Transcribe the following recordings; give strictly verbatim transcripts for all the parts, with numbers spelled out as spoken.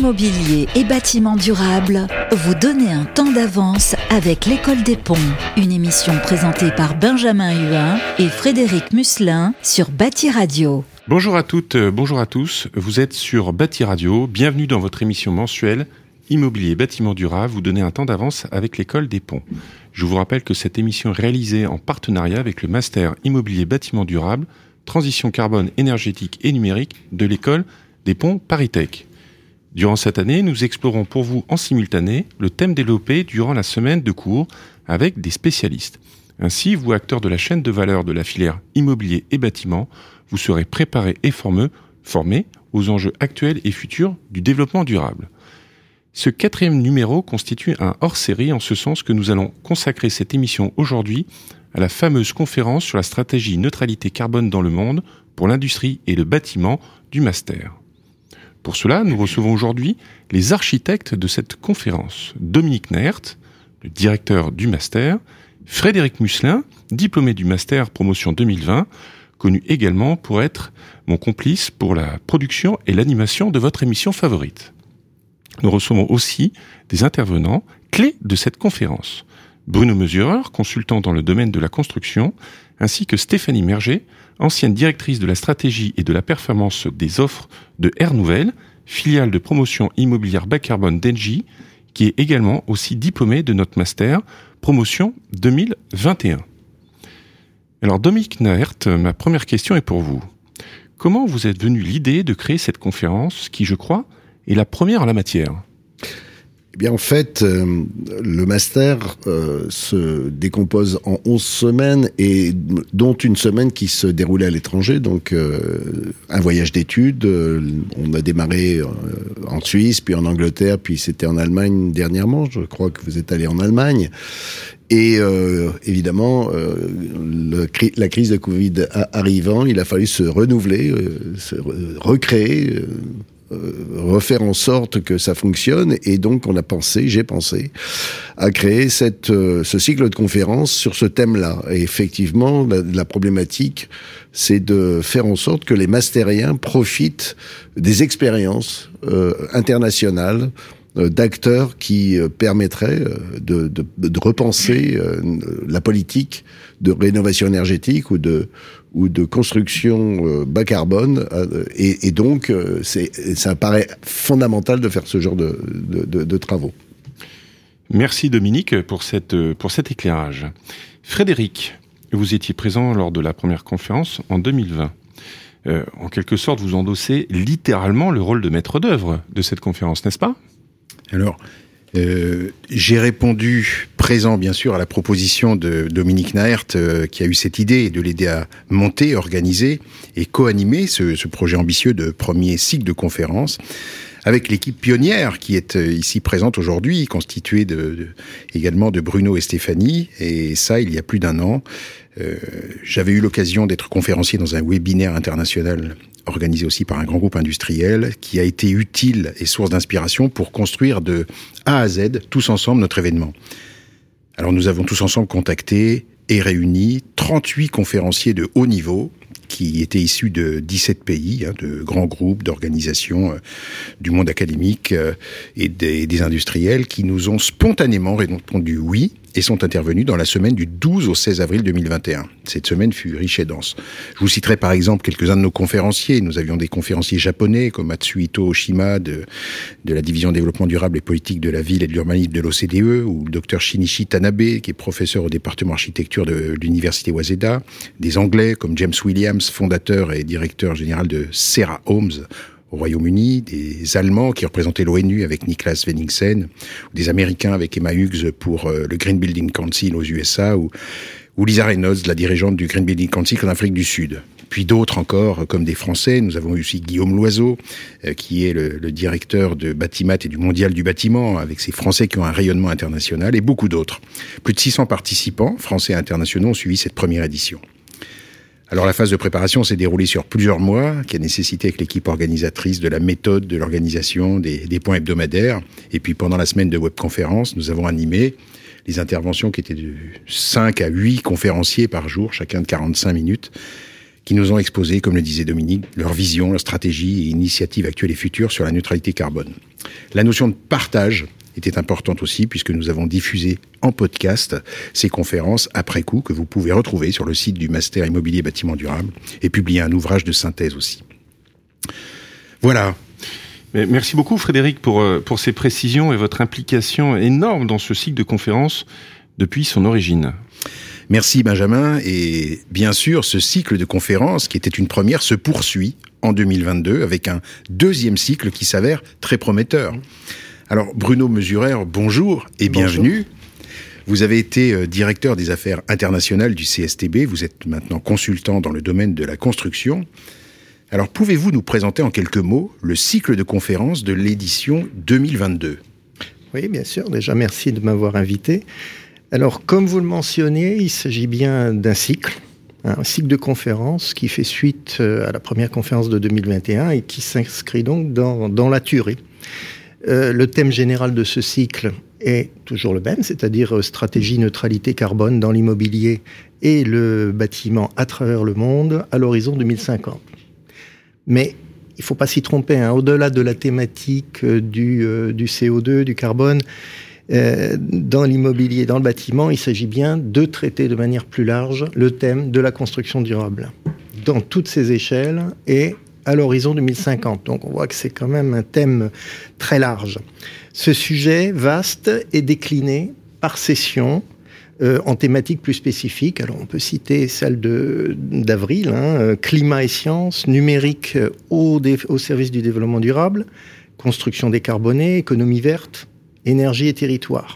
Immobilier et bâtiments durables, vous donnez un temps d'avance avec l'École des Ponts. Une émission présentée par Benjamin Huin et Frédéric Musselin sur Bâti Radio. Bonjour à toutes, bonjour à tous. Vous êtes sur Bâti Radio. Bienvenue dans votre émission mensuelle Immobilier et bâtiments durables. Vous donnez un temps d'avance avec l'École des Ponts. Je vous rappelle que cette émission est réalisée en partenariat avec le Master Immobilier et bâtiments durables, Transition carbone énergétique et numérique de l'École des Ponts ParisTech. Durant cette année, nous explorons pour vous en simultané le thème développé durant la semaine de cours avec des spécialistes. Ainsi, vous, acteurs de la chaîne de valeur de la filière immobilier et bâtiments, vous serez préparés et formés, formés aux enjeux actuels et futurs du développement durable. Ce quatrième numéro constitue un hors-série en ce sens que nous allons consacrer cette émission aujourd'hui à la fameuse conférence sur la stratégie neutralité carbone dans le monde pour l'industrie et le bâtiment du Master. Pour cela, nous recevons aujourd'hui les architectes de cette conférence. Dominique Naert, le directeur du Master, Frédéric Musselin, diplômé du Master Promotion deux mille vingt, connu également pour être mon complice pour la production et l'animation de votre émission favorite. Nous recevons aussi des intervenants clés de cette conférence. Bruno Mesureur, consultant dans le domaine de la construction, ainsi que Stéphanie Merger, ancienne directrice de la stratégie et de la performance des offres de Air Nouvelle, filiale de promotion immobilière bas carbone d'Engie, qui est également aussi diplômée de notre master Promotion deux mille vingt et un. Alors Dominique Naert, ma première question est pour vous. Comment vous êtes venu l'idée de créer cette conférence qui, je crois, est la première en la matière ? Eh bien, en fait, euh, le master euh, se décompose en onze semaines, et dont une semaine qui se déroulait à l'étranger, donc euh, un voyage d'études. Euh, on a démarré euh, en Suisse, puis en Angleterre, puis c'était en Allemagne dernièrement. Je crois que vous êtes allé en Allemagne. Et euh, évidemment, euh, le, la crise de Covid arrivant, il a fallu se renouveler, euh, se recréer, euh, refaire en sorte que ça fonctionne, et donc on a pensé, j'ai pensé, à créer cette, euh, ce cycle de conférences sur ce thème-là. Et effectivement, la, la problématique, c'est de faire en sorte que les mastériens profitent des expériences euh, internationales euh, d'acteurs qui euh, permettraient euh, de, de, de repenser euh, la politique de rénovation énergétique ou de ou de construction euh, bas carbone, euh, et, et donc euh, c'est, ça paraît fondamental de faire ce genre de, de, de, de travaux. Merci Dominique pour, cette, pour cet éclairage. Frédéric, vous étiez présent lors de la première conférence en deux mille vingt. Euh, en quelque sorte, vous endossez littéralement le rôle de maître d'œuvre de cette conférence, n'est-ce pas ? Alors, Euh, j'ai répondu présent, bien sûr, à la proposition de Dominique Naert, euh, qui a eu cette idée de l'aider à monter, organiser et co-animer ce, ce projet ambitieux de premier cycle de conférences, avec l'équipe pionnière qui est euh, ici présente aujourd'hui, constituée de, de, également de Bruno et Stéphanie, et ça, il y a plus d'un an. Euh, j'avais eu l'occasion d'être conférencier dans un webinaire international organisé aussi par un grand groupe industriel qui a été utile et source d'inspiration pour construire de A à Z, tous ensemble, notre événement. Alors nous avons tous ensemble contacté et réuni trente-huit conférenciers de haut niveau qui étaient issus de dix-sept pays, hein, de grands groupes, d'organisations euh, du monde académique euh, et des, des industriels qui nous ont spontanément répondu oui et sont intervenus dans la semaine du douze au seize avril deux mille vingt et un. Cette semaine fut riche et dense. Je vous citerai par exemple quelques-uns de nos conférenciers. Nous avions des conférenciers japonais comme Matsuhito Oshima de, de la division développement durable et politique de la ville et de l'urbanisme de l'O C D E, ou le docteur Shinichi Tanabe, qui est professeur au département architecture de l'université Waseda. Des Anglais comme James Williams, fondateur et directeur général de Serra Homes au Royaume-Uni, des Allemands qui représentaient l'ONU avec Niklas Wenningsen, ou des Américains avec Emma Hughes pour euh, le Green Building Council aux U S A, ou, ou Lisa Reynolds, la dirigeante du Green Building Council en Afrique du Sud. Puis d'autres encore, comme des Français. Nous avons eu aussi Guillaume Loiseau, euh, qui est le, le directeur de Batimat et du Mondial du bâtiment, avec ces Français qui ont un rayonnement international, et beaucoup d'autres. Plus de six cents participants, français et internationaux, ont suivi cette première édition. Alors la phase de préparation s'est déroulée sur plusieurs mois, qui a nécessité avec l'équipe organisatrice de la méthode, de l'organisation, des, des points hebdomadaires. Et puis pendant la semaine de webconférence, nous avons animé les interventions qui étaient de cinq à huit conférenciers par jour, chacun de quarante-cinq minutes, qui nous ont exposé, comme le disait Dominique, leur vision, leur stratégie et initiatives actuelles et futures sur la neutralité carbone. La notion de partage était importante aussi, puisque nous avons diffusé en podcast ces conférences après coup, que vous pouvez retrouver sur le site du Master Immobilier Bâtiment Durable, et publier un ouvrage de synthèse aussi. Voilà. Merci beaucoup Frédéric pour, pour ces précisions et votre implication énorme dans ce cycle de conférences depuis son origine. Merci Benjamin, et bien sûr ce cycle de conférences qui était une première se poursuit en deux mille vingt-deux avec un deuxième cycle qui s'avère très prometteur. Alors Bruno Mesurer, bonjour et bienvenue. Bonjour. Vous avez été directeur des affaires internationales du C S T B, vous êtes maintenant consultant dans le domaine de la construction. Alors pouvez-vous nous présenter en quelques mots le cycle de conférences de l'édition deux mille vingt-deux ? Oui, bien sûr. Déjà, merci de m'avoir invité. Alors, comme vous le mentionnez, il s'agit bien d'un cycle, un cycle de conférences qui fait suite à la première conférence de deux mille vingt et un et qui s'inscrit donc dans, dans la durée. Euh, le thème général de ce cycle est toujours le même, c'est-à-dire stratégie neutralité carbone dans l'immobilier et le bâtiment à travers le monde à l'horizon deux mille cinquante. Mais il ne faut pas s'y tromper, hein. Au-delà de la thématique du, euh, du C O deux, du carbone, euh, dans l'immobilier, dans le bâtiment, il s'agit bien de traiter de manière plus large le thème de la construction durable, dans toutes ses échelles et à l'horizon deux mille cinquante. Donc on voit que c'est quand même un thème très large. Ce sujet vaste est décliné par session, Euh, en thématiques plus spécifiques. Alors, on peut citer celle de, d'avril, hein, euh, climat et sciences, numérique euh, au, dé, au service du développement durable, construction décarbonée, économie verte, énergie et territoire.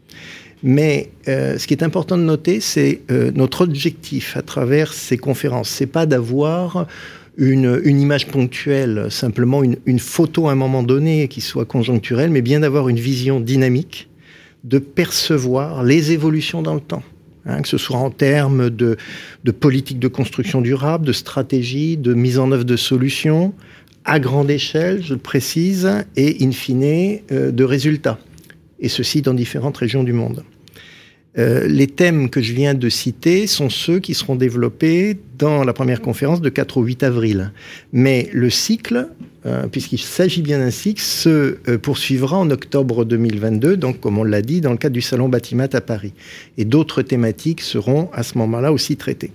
Mais euh, ce qui est important de noter, c'est euh, notre objectif à travers ces conférences. C'est pas d'avoir une, une image ponctuelle, simplement une, une photo à un moment donné qui soit conjoncturelle, mais bien d'avoir une vision dynamique, de percevoir les évolutions dans le temps, hein, que ce soit en termes de, de politique de construction durable, de stratégie, de mise en œuvre de solutions, à grande échelle, je le précise, et in fine, euh, de résultats, et ceci dans différentes régions du monde. Euh, les thèmes que je viens de citer sont ceux qui seront développés dans la première conférence de quatre au huit avril. Mais le cycle, euh, puisqu'il s'agit bien d'un cycle, se euh, poursuivra en octobre deux mille vingt-deux, donc comme on l'a dit, dans le cadre du Salon Batimat à Paris. Et d'autres thématiques seront à ce moment-là aussi traitées.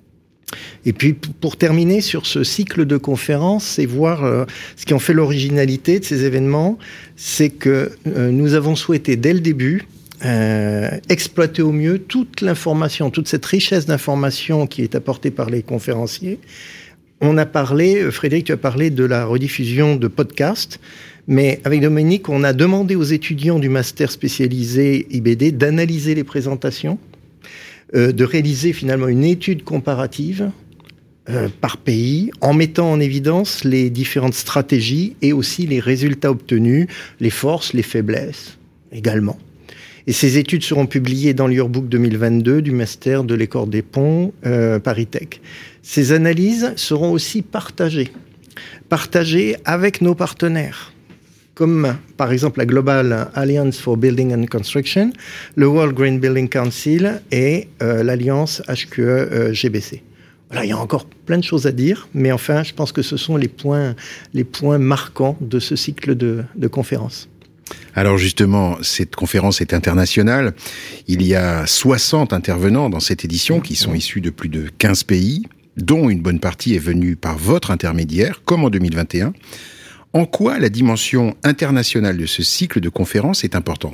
Et puis, pour terminer sur ce cycle de conférences et voir euh, ce qui en fait l'originalité de ces événements, c'est que euh, nous avons souhaité, dès le début, Euh, exploiter au mieux toute l'information, toute cette richesse d'informations qui est apportée par les conférenciers. On a parlé, Frédéric, tu as parlé de la rediffusion de podcasts, mais avec Dominique, on a demandé aux étudiants du master spécialisé I B D d'analyser les présentations, euh, de réaliser finalement une étude comparative euh, par pays, en mettant en évidence les différentes stratégies et aussi les résultats obtenus, les forces, les faiblesses également. Et ces études seront publiées dans l'Yearbook deux mille vingt-deux du Master de l'École des Ponts euh, Paris Tech. Ces analyses seront aussi partagées, partagées avec nos partenaires, comme par exemple la Global Alliance for Building and Construction, le World Green Building Council et euh, l'Alliance H Q E G B C. Voilà, il y a encore plein de choses à dire, mais enfin, je pense que ce sont les points, les points marquants de ce cycle de, de conférences. Alors justement, cette conférence est internationale. Il y a soixante intervenants dans cette édition qui sont issus de plus de quinze pays, dont une bonne partie est venue par votre intermédiaire, comme en deux mille vingt et un. En quoi la dimension internationale de ce cycle de conférences est importante ?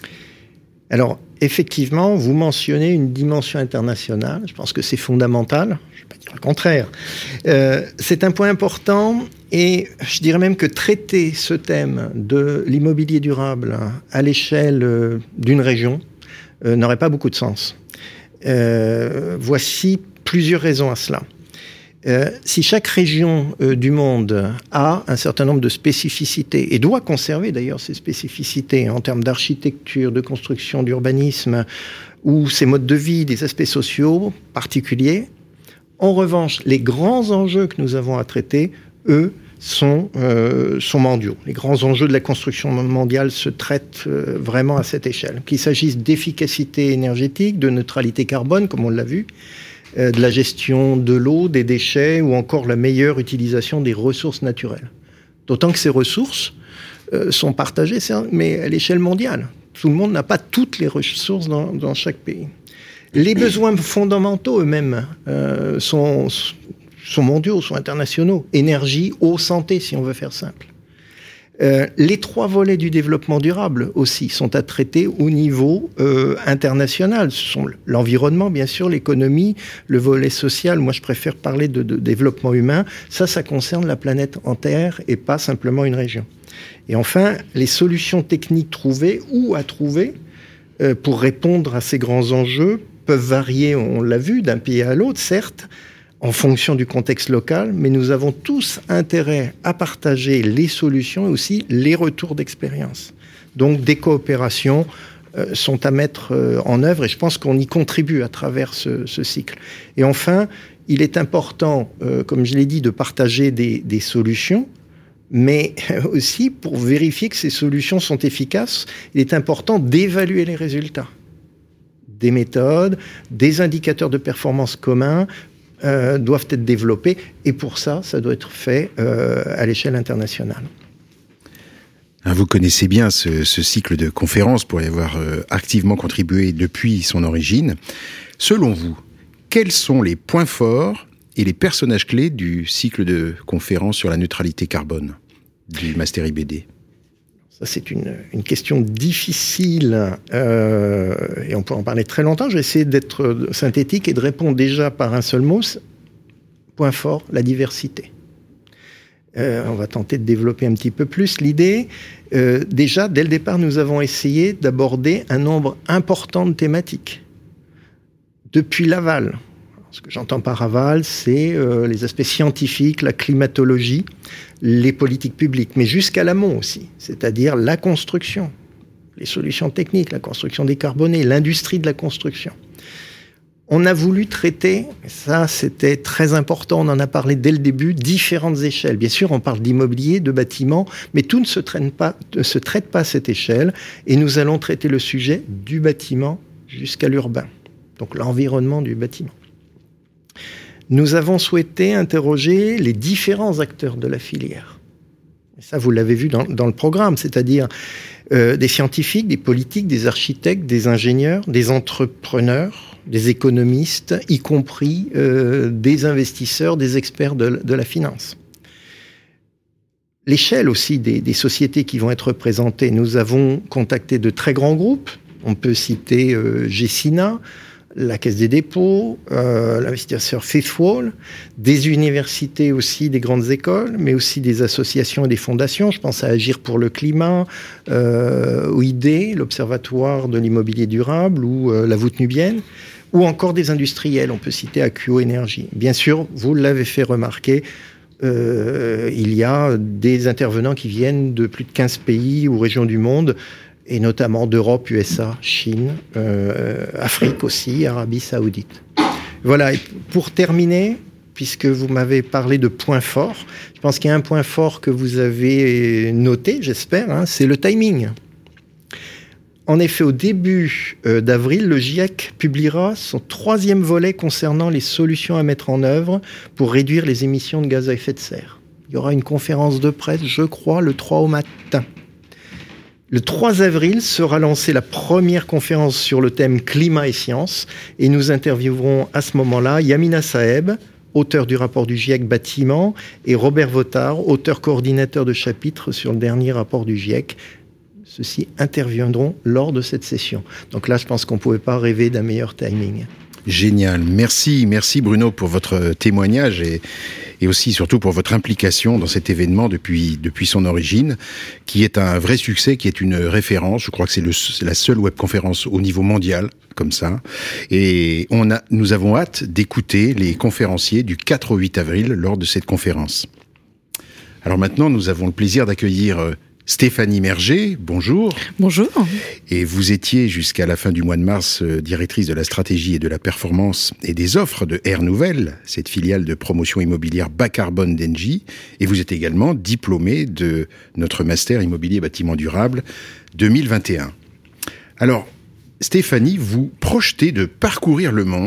Alors, effectivement, vous mentionnez une dimension internationale. Je pense que c'est fondamental. Je ne vais pas dire le contraire. Euh, c'est un point important et je dirais même que traiter ce thème de l'immobilier durable à l'échelle euh, d'une région euh, n'aurait pas beaucoup de sens. Euh, voici plusieurs raisons à cela. Euh, si chaque région euh, du monde a un certain nombre de spécificités, et doit conserver d'ailleurs ces spécificités en termes d'architecture, de construction, d'urbanisme, ou ses modes de vie, des aspects sociaux particuliers, en revanche, les grands enjeux que nous avons à traiter, eux, sont, euh, sont mondiaux. Les grands enjeux de la construction mondiale se traitent euh, vraiment à cette échelle. Qu'il s'agisse d'efficacité énergétique, de neutralité carbone, comme on l'a vu, euh, de la gestion de l'eau, des déchets ou encore la meilleure utilisation des ressources naturelles. D'autant que ces ressources euh, sont partagées, mais à l'échelle mondiale. Tout le monde n'a pas toutes les ressources dans, dans chaque pays. Les besoins fondamentaux eux-mêmes euh, sont, sont mondiaux, sont internationaux. Énergie, eau, santé, si on veut faire simple. Euh, les trois volets du développement durable aussi sont à traiter au niveau euh, international. Ce sont l'environnement, bien sûr, l'économie, le volet social. Moi, je préfère parler de, de développement humain. Ça, ça concerne la planète entière et pas simplement une région. Et enfin, les solutions techniques trouvées ou à trouver euh, pour répondre à ces grands enjeux peuvent varier, on l'a vu, d'un pays à l'autre, certes, en fonction du contexte local, mais nous avons tous intérêt à partager les solutions et aussi les retours d'expérience. Donc des coopérations euh, sont à mettre euh, en œuvre et je pense qu'on y contribue à travers ce, ce cycle. Et enfin, il est important, euh, comme je l'ai dit, de partager des, des solutions, mais aussi pour vérifier que ces solutions sont efficaces, il est important d'évaluer les résultats. Des méthodes, des indicateurs de performance communs, Euh, doivent être développés et pour ça, ça doit être fait euh, à l'échelle internationale. Vous connaissez bien ce, ce cycle de conférences pour y avoir euh, activement contribué depuis son origine. Selon vous, quels sont les points forts et les personnages clés du cycle de conférences sur la neutralité carbone du Master I B D ? Ça, c'est une, une question difficile euh, et on peut en parler très longtemps. Je vais essayer d'être synthétique et de répondre déjà par un seul mot. Point fort, la diversité. Euh, on va tenter de développer un petit peu plus l'idée. Euh, déjà, dès le départ, nous avons essayé d'aborder un nombre important de thématiques. Depuis l'aval. Ce que j'entends par aval, c'est euh, les aspects scientifiques, la climatologie, les politiques publiques, mais jusqu'à l'amont aussi, c'est-à-dire la construction, les solutions techniques, la construction décarbonée, l'industrie de la construction. On a voulu traiter, et ça c'était très important, on en a parlé dès le début, différentes échelles. Bien sûr, on parle d'immobilier, de bâtiments, mais tout ne se traite pas, ne se traite pas à cette échelle, et nous allons traiter le sujet du bâtiment jusqu'à l'urbain, donc l'environnement du bâtiment. Nous avons souhaité interroger les différents acteurs de la filière. Et ça, vous l'avez vu dans, dans le programme, c'est-à-dire euh, des scientifiques, des politiques, des architectes, des ingénieurs, des entrepreneurs, des économistes, y compris euh, des investisseurs, des experts de, de la finance. L'échelle aussi des, des sociétés qui vont être représentées. Nous avons contacté de très grands groupes. On peut citer euh, Gecina, la Caisse des dépôts, euh, l'investisseur Fifth Wall, des universités aussi, des grandes écoles, mais aussi des associations et des fondations. Je pense à Agir pour le climat, euh, O I D, l'Observatoire de l'immobilier durable, ou euh, la voûte nubienne, ou encore des industriels. On peut citer Acquio Énergie. Bien sûr, vous l'avez fait remarquer, euh, il y a des intervenants qui viennent de plus de quinze pays ou régions du monde, et notamment d'Europe, U S A, Chine, euh, Afrique aussi, Arabie Saoudite. Voilà, et pour terminer, puisque vous m'avez parlé de points forts, je pense qu'il y a un point fort que vous avez noté, j'espère, hein, c'est le timing. En effet, au début euh, d'avril, le GIEC publiera son troisième volet concernant les solutions à mettre en œuvre pour réduire les émissions de gaz à effet de serre. Il y aura une conférence de presse, je crois, le trois au matin. Le trois avril sera lancée la première conférence sur le thème climat et sciences et nous interviewerons à ce moment-là Yamina Saeb, auteur du rapport du GIEC bâtiment, et Robert Votard, auteur coordinateur de chapitre sur le dernier rapport du GIEC. Ceux-ci interviendront lors de cette session. Donc là, je pense qu'on ne pouvait pas rêver d'un meilleur timing. Génial. Merci, merci Bruno pour votre témoignage et, et aussi surtout pour votre implication dans cet événement depuis, depuis son origine, qui est un vrai succès, qui est une référence. Je crois que c'est, le, c'est la seule webconférence au niveau mondial, comme ça. Et on a, nous avons hâte d'écouter les conférenciers du quatre au huit avril lors de cette conférence. Alors maintenant, nous avons le plaisir d'accueillir Stéphanie Merger, bonjour. Bonjour. Et vous étiez jusqu'à la fin du mois de mars euh, directrice de la stratégie et de la performance et des offres de Air Nouvelle, cette filiale de promotion immobilière bas carbone d'Engie. Et vous êtes également diplômée de notre master immobilier bâtiment durable deux mille vingt et un. Alors, Stéphanie, vous projetez de parcourir le monde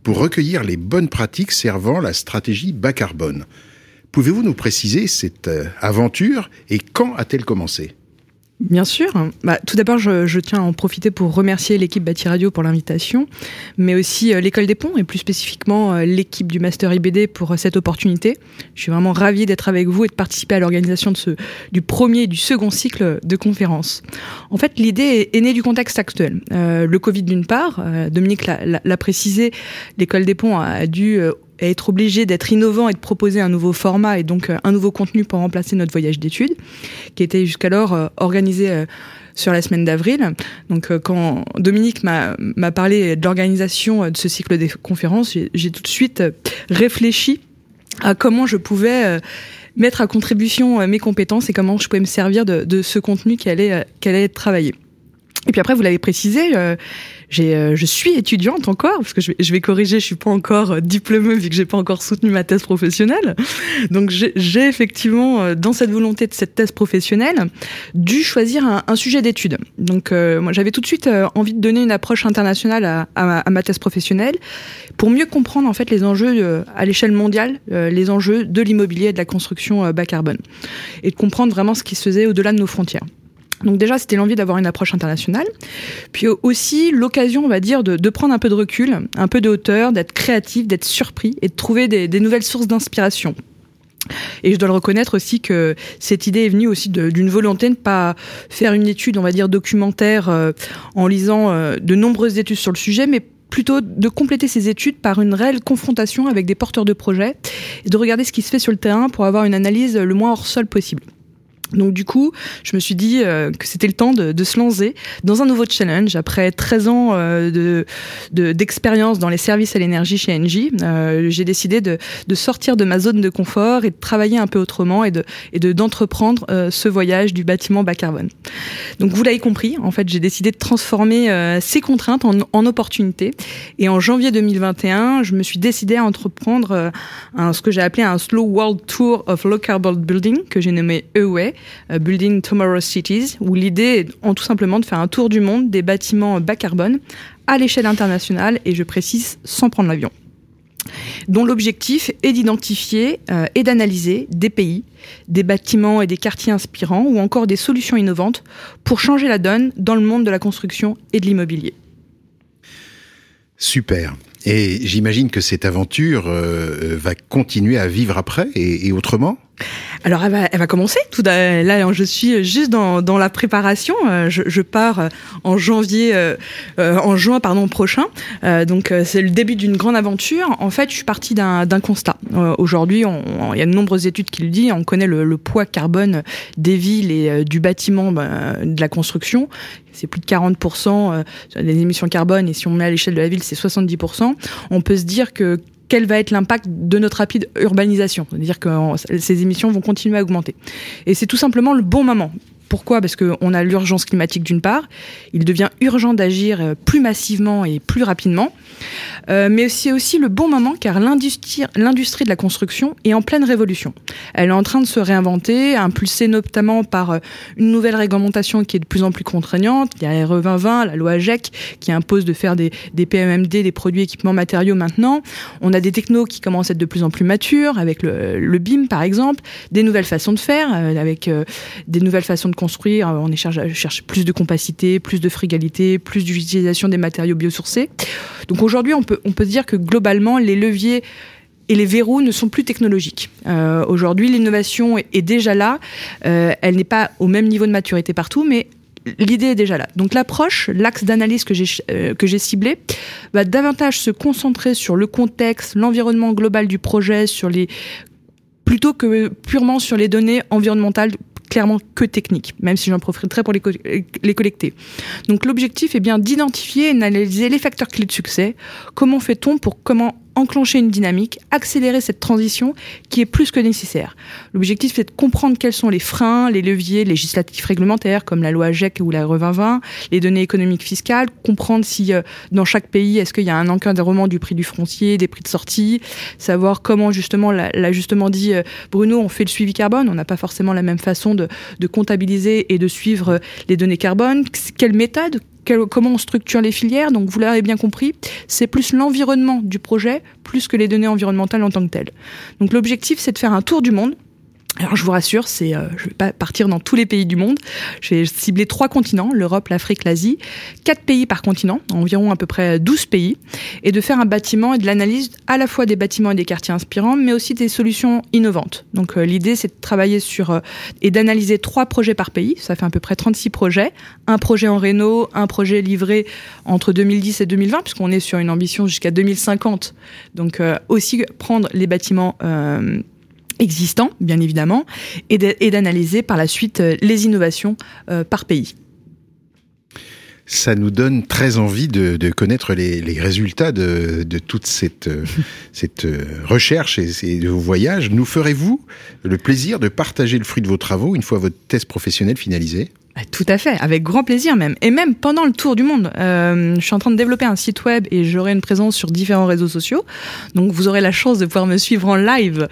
pour recueillir les bonnes pratiques servant la stratégie bas carbone. Pouvez-vous nous préciser cette aventure et quand a-t-elle commencé ? Bien sûr. Bah, tout d'abord, je, je tiens à en profiter pour remercier l'équipe Bâti Radio pour l'invitation, mais aussi euh, l'École des Ponts et plus spécifiquement euh, l'équipe du Master I B D pour euh, cette opportunité. Je suis vraiment ravie d'être avec vous et de participer à l'organisation de ce, du premier et du second cycle de conférences. En fait, l'idée est, est née du contexte actuel. Euh, le Covid d'une part, euh, Dominique l'a, l'a, l'a précisé, l'École des Ponts a dû euh, être obligé d'être innovant et de proposer un nouveau format et donc un nouveau contenu pour remplacer notre voyage d'études, qui était jusqu'alors euh, organisé euh, sur la semaine d'avril. Donc euh, quand Dominique m'a, m'a parlé de l'organisation de ce cycle de conférences, j'ai, j'ai tout de suite euh, réfléchi à comment je pouvais euh, mettre à contribution euh, mes compétences et comment je pouvais me servir de, de ce contenu qui allait, euh, qui allait être travaillé. Et puis après, vous l'avez précisé, euh, j'ai, euh, je suis étudiante encore, parce que je vais, je vais corriger, je suis pas encore euh, diplômée vu que j'ai pas encore soutenu ma thèse professionnelle. Donc j'ai, j'ai effectivement, euh, dans cette volonté de cette thèse professionnelle, dû choisir un, un sujet d'étude. Donc euh, moi, j'avais tout de suite euh, envie de donner une approche internationale à, à, ma, à ma thèse professionnelle pour mieux comprendre en fait les enjeux euh, à l'échelle mondiale, euh, les enjeux de l'immobilier et de la construction euh, bas carbone, et de comprendre vraiment ce qui se faisait au-delà de nos frontières. Donc déjà, c'était l'envie d'avoir une approche internationale, puis aussi l'occasion, on va dire, de, de prendre un peu de recul, un peu de hauteur, d'être créatif, d'être surpris et de trouver des, des nouvelles sources d'inspiration. Et je dois le reconnaître aussi que cette idée est venue aussi de, d'une volonté de ne pas faire une étude, on va dire, documentaire euh, en lisant euh, de nombreuses études sur le sujet, mais plutôt de compléter ces études par une réelle confrontation avec des porteurs de projets et de regarder ce qui se fait sur le terrain pour avoir une analyse le moins hors sol possible. Donc du coup, je me suis dit euh, que c'était le temps de, de se lancer dans un nouveau challenge. Après treize ans euh, de, de, d'expérience dans les services à l'énergie chez Engie, euh, j'ai décidé de, de sortir de ma zone de confort et de travailler un peu autrement et, de, et de, d'entreprendre euh, ce voyage du bâtiment bas carbone. Donc vous l'avez compris, en fait, j'ai décidé de transformer euh, ces contraintes en, en opportunités. Et en janvier deux mille vingt et un, je me suis décidé à entreprendre euh, un, ce que j'ai appelé un Slow World Tour of Low Carbon Building, que j'ai nommé E W A Y. Building Tomorrow's Cities, où l'idée est en tout simplement de faire un tour du monde des bâtiments bas carbone à l'échelle internationale, et je précise sans prendre l'avion, dont l'objectif est d'identifier euh, et d'analyser des pays, des bâtiments et des quartiers inspirants, ou encore des solutions innovantes pour changer la donne dans le monde de la construction et de l'immobilier. Super. Et j'imagine que cette aventure euh, va continuer à vivre après et, et autrement ? Alors elle va, elle va commencer. Tout à, là, je suis juste dans, dans la préparation. Je, je pars en janvier, euh, en juin pardon prochain. Euh, donc c'est le début d'une grande aventure. En fait, je suis partie d'un, d'un constat. Euh, aujourd'hui, on, on, il y a de nombreuses études qui le disent. On connaît le, le poids carbone des villes et euh, du bâtiment, ben, de la construction. C'est plus de quarante pour cent des émissions carbone, et si on met à l'échelle de la ville, c'est soixante-dix pour cent. On peut se dire que quel va être l'impact de notre rapide urbanisation ? C'est-à-dire que ces émissions vont continuer à augmenter. Et c'est tout simplement le bon moment. Pourquoi ? Parce qu'on a l'urgence climatique d'une part, il devient urgent d'agir plus massivement et plus rapidement, euh, mais c'est aussi le bon moment car l'industrie, l'industrie de la construction est en pleine révolution. Elle est en train de se réinventer, impulsée notamment par une nouvelle réglementation qui est de plus en plus contraignante. Il y a la R E vingt vingt, la loi A G E C, qui impose de faire des, des P M M D, des produits équipements matériaux maintenant. On a des technos qui commencent à être de plus en plus matures, avec le, le B I M par exemple, des nouvelles façons de faire, euh, avec euh, des nouvelles façons de construire. On cherche, cherche plus de compacité, plus de frugalité, plus d'utilisation des matériaux biosourcés. Donc aujourd'hui, on peut, on peut se dire que globalement, les leviers et les verrous ne sont plus technologiques. Euh, aujourd'hui, l'innovation est, est déjà là. Euh, elle n'est pas au même niveau de maturité partout, mais l'idée est déjà là. Donc l'approche, l'axe d'analyse que j'ai, euh, que j'ai ciblé, va davantage se concentrer sur le contexte, l'environnement global du projet, sur les, plutôt que purement sur les données environnementales, clairement que techniques, même si j'en profiterai pour les, co- les collecter. Donc l'objectif est bien d'identifier et d'analyser les facteurs clés de succès. Comment fait-on pour comment enclencher une dynamique, accélérer cette transition qui est plus que nécessaire. L'objectif, c'est de comprendre quels sont les freins, les leviers législatifs réglementaires, comme la loi A G E C ou la R E vingt vingt, les données économiques fiscales, comprendre si euh, dans chaque pays, est-ce qu'il y a un encadrement du prix du foncier, des prix de sortie, savoir comment justement, l'a, l'a justement dit euh, Bruno, on fait le suivi carbone, on n'a pas forcément la même façon de, de comptabiliser et de suivre les données carbone, quelle méthode, quel, comment on structure les filières. Donc vous l'avez bien compris, c'est plus l'environnement du projet, plus que les données environnementales en tant que telles. Donc l'objectif, c'est de faire un tour du monde. Alors je vous rassure, c'est, euh, je ne vais pas partir dans tous les pays du monde. J'ai ciblé trois continents, l'Europe, l'Afrique, l'Asie, quatre pays par continent, environ à peu près douze pays, et de faire un bâtiment et de l'analyse à la fois des bâtiments et des quartiers inspirants, mais aussi des solutions innovantes. Donc euh, l'idée, c'est de travailler sur euh, et d'analyser trois projets par pays. Ça fait à peu près trente-six projets, un projet en réno, un projet livré entre deux mille dix et deux mille vingt, puisqu'on est sur une ambition jusqu'à deux mille cinquante. Donc euh, aussi prendre les bâtiments euh, existants, bien évidemment, et, de, et d'analyser par la suite euh, les innovations euh, par pays. Ça nous donne très envie de, de connaître les, les résultats de, de toute cette, cette recherche et, et de vos voyages. Nous ferez-vous le plaisir de partager le fruit de vos travaux une fois votre thèse professionnelle finalisée ? Tout à fait, avec grand plaisir même. Et même pendant le tour du monde. Euh, je suis en train de développer un site web et j'aurai une présence sur différents réseaux sociaux. Donc vous aurez la chance de pouvoir me suivre en live,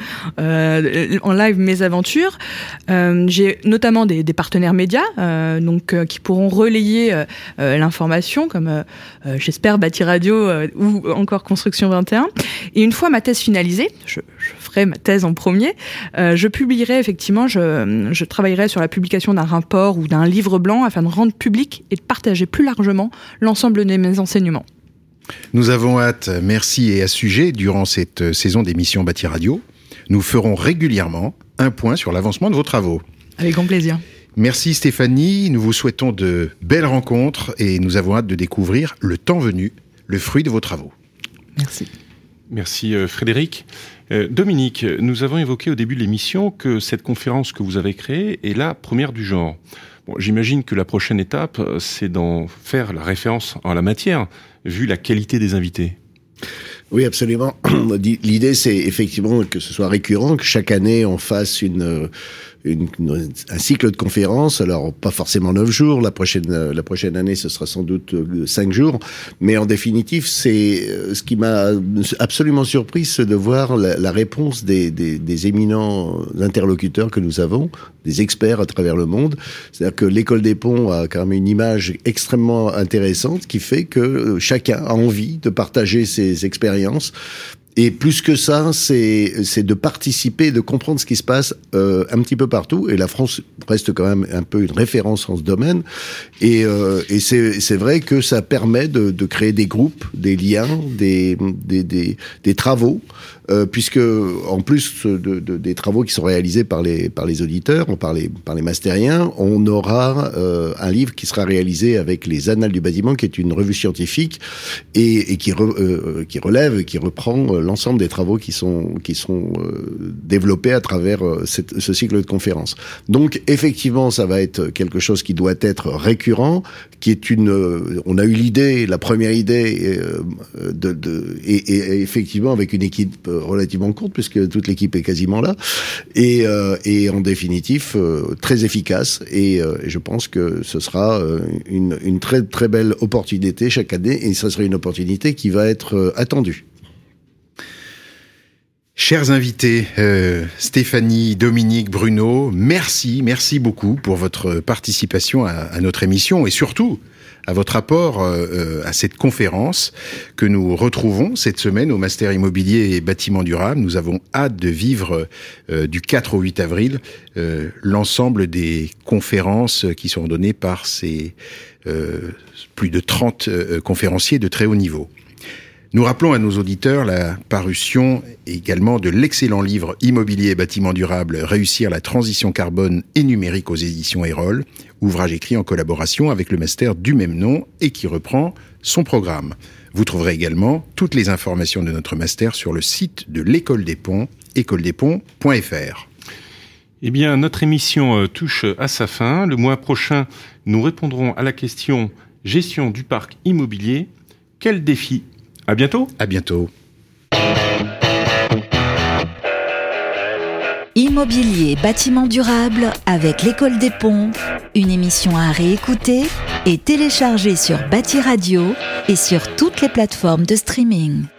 euh, en live mes aventures. Euh, j'ai notamment des, des partenaires médias euh, donc, euh, qui pourront relayer euh, euh, l'information, comme euh, euh, j'espère Bâti Radio euh, ou encore Construction vingt et un. Et une fois ma thèse finalisée, je, je ferai ma thèse en premier, euh, je publierai effectivement, je, je travaillerai sur la publication d'un rapport ou d'un livre livre blanc afin de rendre public et de partager plus largement l'ensemble de mes enseignements. Nous avons hâte, merci, et à ce sujet, durant cette saison d'émission Bâti Radio, nous ferons régulièrement un point sur l'avancement de vos travaux. Avec grand plaisir. Merci Stéphanie, nous vous souhaitons de belles rencontres et nous avons hâte de découvrir, le temps venu, le fruit de vos travaux. Merci. Merci Frédéric. Euh, Dominique, nous avons évoqué au début de l'émission que cette conférence que vous avez créée est la première du genre. Bon, j'imagine que la prochaine étape, c'est d'en faire la référence en la matière, vu la qualité des invités. Oui, absolument. L'idée, c'est effectivement que ce soit récurrent, que chaque année, on fasse une... Une, une, un cycle de conférences, alors pas forcément neuf jours, la prochaine, la prochaine année ce sera sans doute cinq jours, mais en définitive c'est ce qui m'a absolument surpris, c'est de voir la, la réponse des, des, des éminents interlocuteurs que nous avons, des experts à travers le monde. C'est-à-dire que l'école des ponts a quand même une image extrêmement intéressante qui fait que chacun a envie de partager ses expériences. Et plus que ça, c'est c'est de participer, de comprendre ce qui se passe euh, un petit peu partout. Et la France reste quand même un peu une référence en ce domaine. Et, euh, et c'est c'est vrai que ça permet de, de créer des groupes, des liens, des des des, des travaux, euh, puisque en plus de, de, des travaux qui sont réalisés par les par les auditeurs, par les par les mastériens, on aura euh, un livre qui sera réalisé avec les Annales du bâtiment, qui est une revue scientifique et, et qui re, euh, qui relève, qui reprend euh, l'ensemble des travaux qui sont qui sont euh, développés à travers euh, cette, ce cycle de conférences. Donc effectivement, ça va être quelque chose qui doit être récurrent, qui est une. Euh, on a eu l'idée, la première idée, euh, de, de et, et, et effectivement avec une équipe relativement courte, puisque toute l'équipe est quasiment là, et, euh, et en définitif euh, très efficace. Et, euh, et je pense que ce sera euh, une, une très très belle opportunité chaque année, et ça sera une opportunité qui va être euh, attendue. Chers invités, euh, Stéphanie, Dominique, Bruno, merci, merci beaucoup pour votre participation à, à notre émission et surtout à votre apport euh, à cette conférence que nous retrouvons cette semaine au Master Immobilier et Bâtiment Durable. Nous avons hâte de vivre euh, du quatre au huit avril euh, l'ensemble des conférences qui seront données par ces euh, plus de trente euh, conférenciers de très haut niveau. Nous rappelons à nos auditeurs la parution également de l'excellent livre Immobilier et Bâtiment Durable, réussir la transition carbone et numérique aux éditions Erol, ouvrage écrit en collaboration avec le master du même nom et qui reprend son programme. Vous trouverez également toutes les informations de notre master sur le site de l'École des Ponts, école des ponts point f r. Eh bien, notre émission touche à sa fin. Le mois prochain, nous répondrons à la question « Gestion du parc immobilier, quel défi ?» À bientôt. À bientôt. Immobilier et bâtiment durable avec l'École des Ponts, une émission à réécouter et télécharger sur Bâti Radio et sur toutes les plateformes de streaming.